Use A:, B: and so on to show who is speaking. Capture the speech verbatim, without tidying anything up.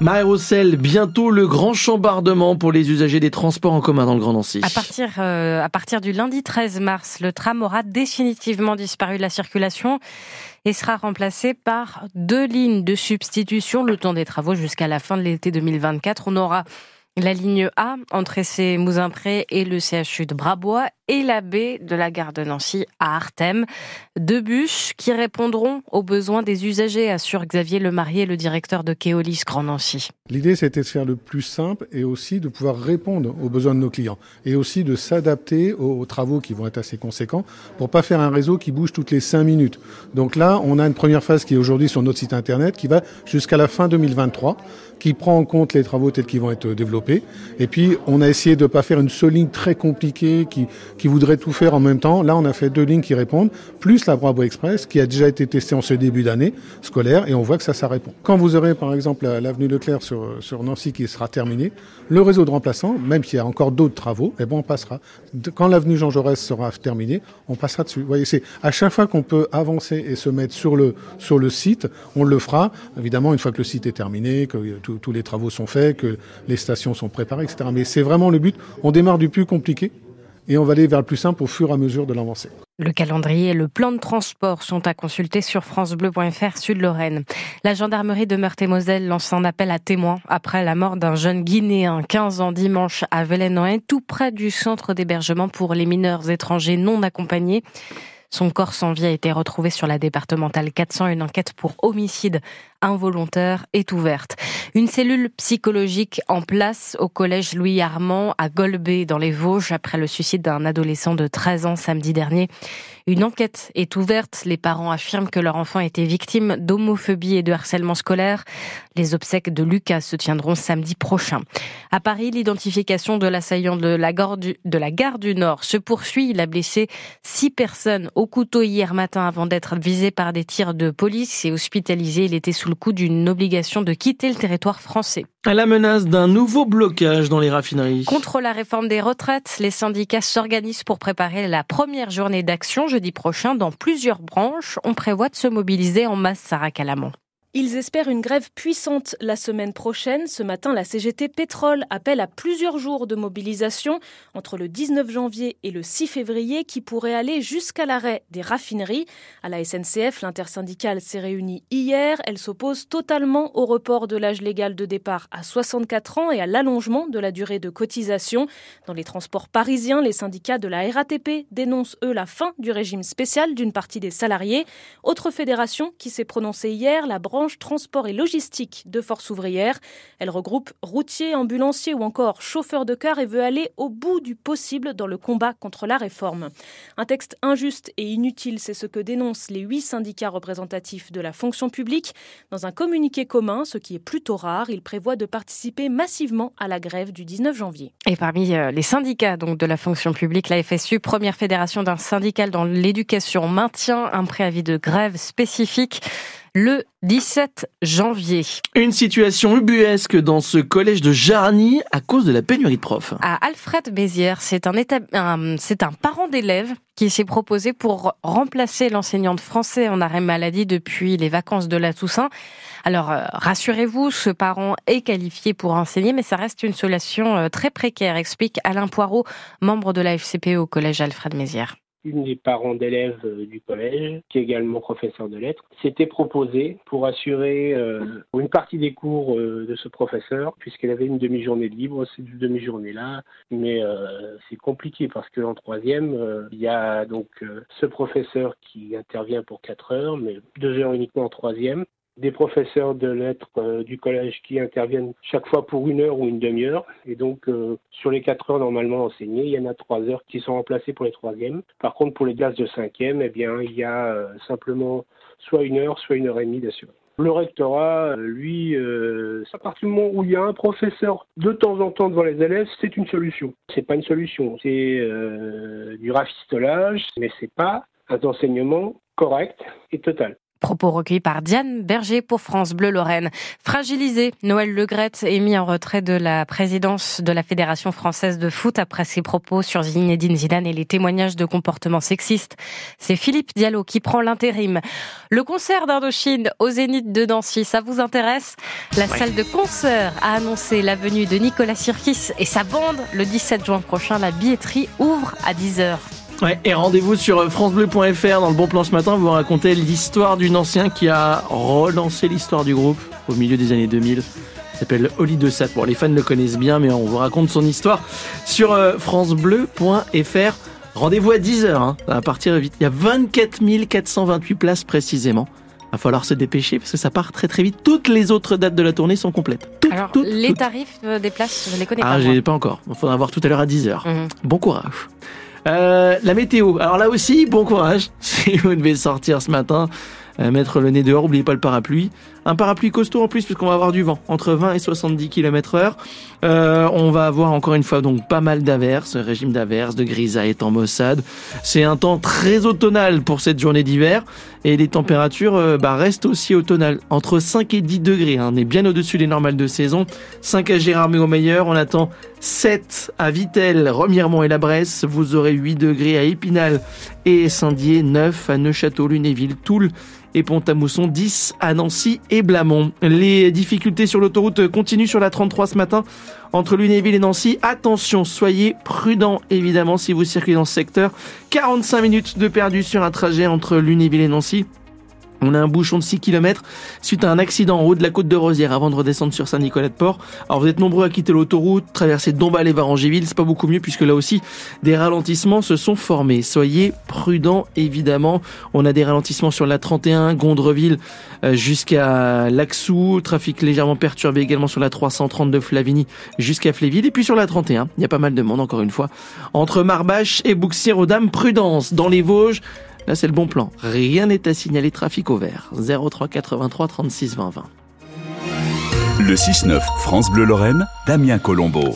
A: Marie Roussel, bientôt le grand chambardement pour les usagers des transports en commun dans le Grand Nancy.
B: À partir, euh, à partir du lundi treize mars, le tram aura définitivement disparu de la circulation et sera remplacé par deux lignes de substitution le temps des travaux jusqu'à la fin de l'été deux mille vingt-quatre. On aura la ligne A entre Essé-Mouzin-Pré et le C H U de Brabois et la B de la gare de Nancy à Artem. Deux bus qui répondront aux besoins des usagers, assure Xavier Lemarié, le directeur de Keolis Grand Nancy.
C: L'idée, c'était de faire le plus simple et aussi de pouvoir répondre aux besoins de nos clients et aussi de s'adapter aux, aux travaux qui vont être assez conséquents pour pas faire un réseau qui bouge toutes les cinq minutes. Donc là, on a une première phase qui est aujourd'hui sur notre site internet qui va jusqu'à la fin deux mille vingt-trois, qui prend en compte les travaux tels qu'ils vont être développés. Et puis, on a essayé de pas faire une seule ligne très compliquée qui, qui voudrait tout faire en même temps. Là, on a fait deux lignes qui répondent, plus la Brabois Express qui a déjà été testée en ce début d'année scolaire et on voit que ça, ça répond. Quand vous aurez, par exemple, l'avenue Leclerc sur, sur Nancy qui sera terminée, le réseau de remplaçants, même s'il y a encore d'autres travaux, eh ben, on passera. Quand l'avenue Jean Jaurès sera terminée, on passera dessus. Vous voyez, c'est à chaque fois qu'on peut avancer et se mettre sur le, sur le site, on le fera. Évidemment, une fois que le site est terminé, que tout, tous les travaux sont faits, que les stations sont préparées, et cetera. Mais c'est vraiment le but. On démarre du plus compliqué et on va aller vers le plus simple au fur et à mesure de l'avancée.
B: Le calendrier et le plan de transport sont à consulter sur francebleu point fr Sud-Lorraine. La gendarmerie de Meurthe-et-Moselle lance un appel à témoins après la mort d'un jeune Guinéen, quinze ans, dimanche à Velen-en-Haye, tout près du centre d'hébergement pour les mineurs étrangers non accompagnés. Son corps sans vie a été retrouvé sur la départementale quatre cents. Une enquête pour homicide involontaire est ouverte. Une cellule psychologique en place au collège Louis Armand à Golbet dans les Vosges après le suicide d'un adolescent de treize ans samedi dernier. Une enquête est ouverte. Les parents affirment que leur enfant était victime d'homophobie et de harcèlement scolaire. Les obsèques de Lucas se tiendront samedi prochain. À Paris, l'identification de l'assaillant de la gare du, de la gare du Nord se poursuit. Il a blessé six personnes au couteau hier matin avant d'être visé par des tirs de police et hospitalisé. Il était sous le coup d'une obligation de quitter le territoire français.
A: À la menace d'un nouveau blocage dans les raffineries.
B: Contre la réforme des retraites, les syndicats s'organisent pour préparer la première journée d'action jeudi prochain dans plusieurs branches. On prévoit de se mobiliser en masse, Sarah Calamon.
D: Ils espèrent une grève puissante la semaine prochaine. Ce matin, la C G T Pétrole appelle à plusieurs jours de mobilisation entre le dix-neuf janvier et le six février qui pourrait aller jusqu'à l'arrêt des raffineries. À la S N C F, l'intersyndicale s'est réunie hier. Elle s'oppose totalement au report de l'âge légal de départ à soixante-quatre ans et à l'allongement de la durée de cotisation. Dans les transports parisiens, les syndicats de la R A T P dénoncent, eux, la fin du régime spécial d'une partie des salariés. Autre fédération qui s'est prononcée hier, la branche transport et logistique de Force ouvrière. Elle regroupe routiers, ambulanciers ou encore chauffeurs de car et veut aller au bout du possible dans le combat contre la réforme. Un texte injuste et inutile, c'est ce que dénoncent les huit syndicats représentatifs de la fonction publique. Dans un communiqué commun, ce qui est plutôt rare, ils prévoient de participer massivement à la grève du dix-neuf janvier.
B: Et parmi les syndicats donc de la fonction publique, la F S U, première fédération d'un syndical dans l'éducation, maintient un préavis de grève spécifique le dix-sept janvier.
A: Une situation ubuesque dans ce collège de Jarny à cause de la pénurie de profs.
B: À Alfred-Mézières, c'est un, étab... un, c'est un parent d'élève qui s'est proposé pour remplacer l'enseignant de français en arrêt maladie depuis les vacances de la Toussaint. Alors, euh, rassurez-vous, ce parent est qualifié pour enseigner, mais ça reste une solution euh, très précaire, explique Alain Poirot, membre de la F C P E au collège Alfred-Mézières.
E: Une des parents d'élèves du collège, qui est également professeur de lettres, s'était proposée pour assurer euh, une partie des cours euh, de ce professeur, puisqu'elle avait une demi-journée de libre, cette demi-journée-là. Mais euh, c'est compliqué parce qu'en troisième, euh, il y a donc euh, ce professeur qui intervient pour quatre heures, mais deux heures uniquement en troisième. Des professeurs de lettres euh, du collège qui interviennent chaque fois pour une heure ou une demi-heure. Et donc, euh, sur les quatre heures normalement enseignées, il y en a trois heures qui sont remplacées pour les troisièmes. Par contre, pour les classes de cinquième, eh bien, il y a euh, simplement soit une heure, soit une heure et demie d'assuré. Le rectorat, lui, euh, à partir du moment où il y a un professeur de temps en temps devant les élèves, c'est une solution. C'est pas une solution, c'est euh, du rafistolage, mais c'est pas un enseignement correct et total.
B: Propos recueillis par Diane Berger pour France Bleu Lorraine. Fragilisé, Noël Le Graët est mis en retrait de la présidence de la Fédération française de foot après ses propos sur Zinedine Zidane et les témoignages de comportements sexistes. C'est Philippe Diallo qui prend l'intérim. Le concert d'Indochine au Zénith de Nancy, ça vous intéresse ? La ouais. salle de concert a annoncé la venue de Nicolas Sirkis et sa bande. Le dix-sept juin prochain, la billetterie ouvre à dix heures.
A: Ouais, et rendez-vous sur francebleu point f r dans le Bon Plan ce matin, vous racontez l'histoire d'une ancienne qui a relancé l'histoire du groupe au milieu des années deux mille. Il s'appelle Oli de Sat. Bon, les fans le connaissent bien, mais on vous raconte son histoire sur francebleu point f r. Rendez-vous à dix heures, hein, ça va partir vite. Il y a vingt-quatre mille quatre cent vingt-huit places précisément. Il va falloir se dépêcher parce que ça part très très vite. Toutes les autres dates de la tournée sont complètes. Toutes,
B: Alors,
A: toutes,
B: les
A: toutes.
B: tarifs des places, je ne les connais
A: ah,
B: pas.
A: Ah, j'ai pas encore. Il faudra voir tout à l'heure à dix heures.
B: Mmh.
A: Bon courage. Euh, la météo. Alors là aussi, bon courage. Si vous devez sortir ce matin, euh, mettre le nez dehors, n'oubliez pas le parapluie. Un parapluie costaud en plus, puisqu'on va avoir du vent, entre vingt et soixante-dix kilomètres heure. Euh, on va avoir encore une fois donc pas mal d'averses, régime d'averses, de grisaille, temps maussade. C'est un temps très automnal pour cette journée d'hiver. Et les températures euh, bah, restent aussi automnales, entre cinq et dix degrés. Hein. On est bien au-dessus des normales de saison. cinq à Gérardmer-au-Meilleur, on attend sept à Vittel, Remiremont et la Bresse. Vous aurez huit degrés à Épinal et Saint-Dié, neuf à Neufchâteau, Lunéville, Toul et Pont-à-Mousson, dix à Nancy et Blamont. Les difficultés sur l'autoroute continuent sur la trente-trois ce matin entre Lunéville et Nancy. Attention, soyez prudents évidemment si vous circulez dans ce secteur. quarante-cinq minutes de perdu sur un trajet entre Lunéville et Nancy. On a un bouchon de six kilomètres suite à un accident en haut de la côte de Rosière avant de redescendre sur Saint-Nicolas-de-Port. Alors vous êtes nombreux à quitter l'autoroute, traverser Dombasle et Varangéville, c'est pas beaucoup mieux puisque là aussi des ralentissements se sont formés. Soyez prudents évidemment. On a des ralentissements sur la trente et un, Gondreville euh, jusqu'à Laxou, trafic légèrement perturbé également sur la trois cent trente de Flavigny jusqu'à Fléville et puis sur la trente et un, il y a pas mal de monde encore une fois. Entre Marbache et Bouxières-aux-Dames, prudence dans les Vosges. Là, c'est le bon plan. Rien n'est à signaler, trafic au vert. zéro trois quatre-vingt-trois trente-six vingt vingt.
F: Le six neuf France Bleu Lorraine, Damien Colombo.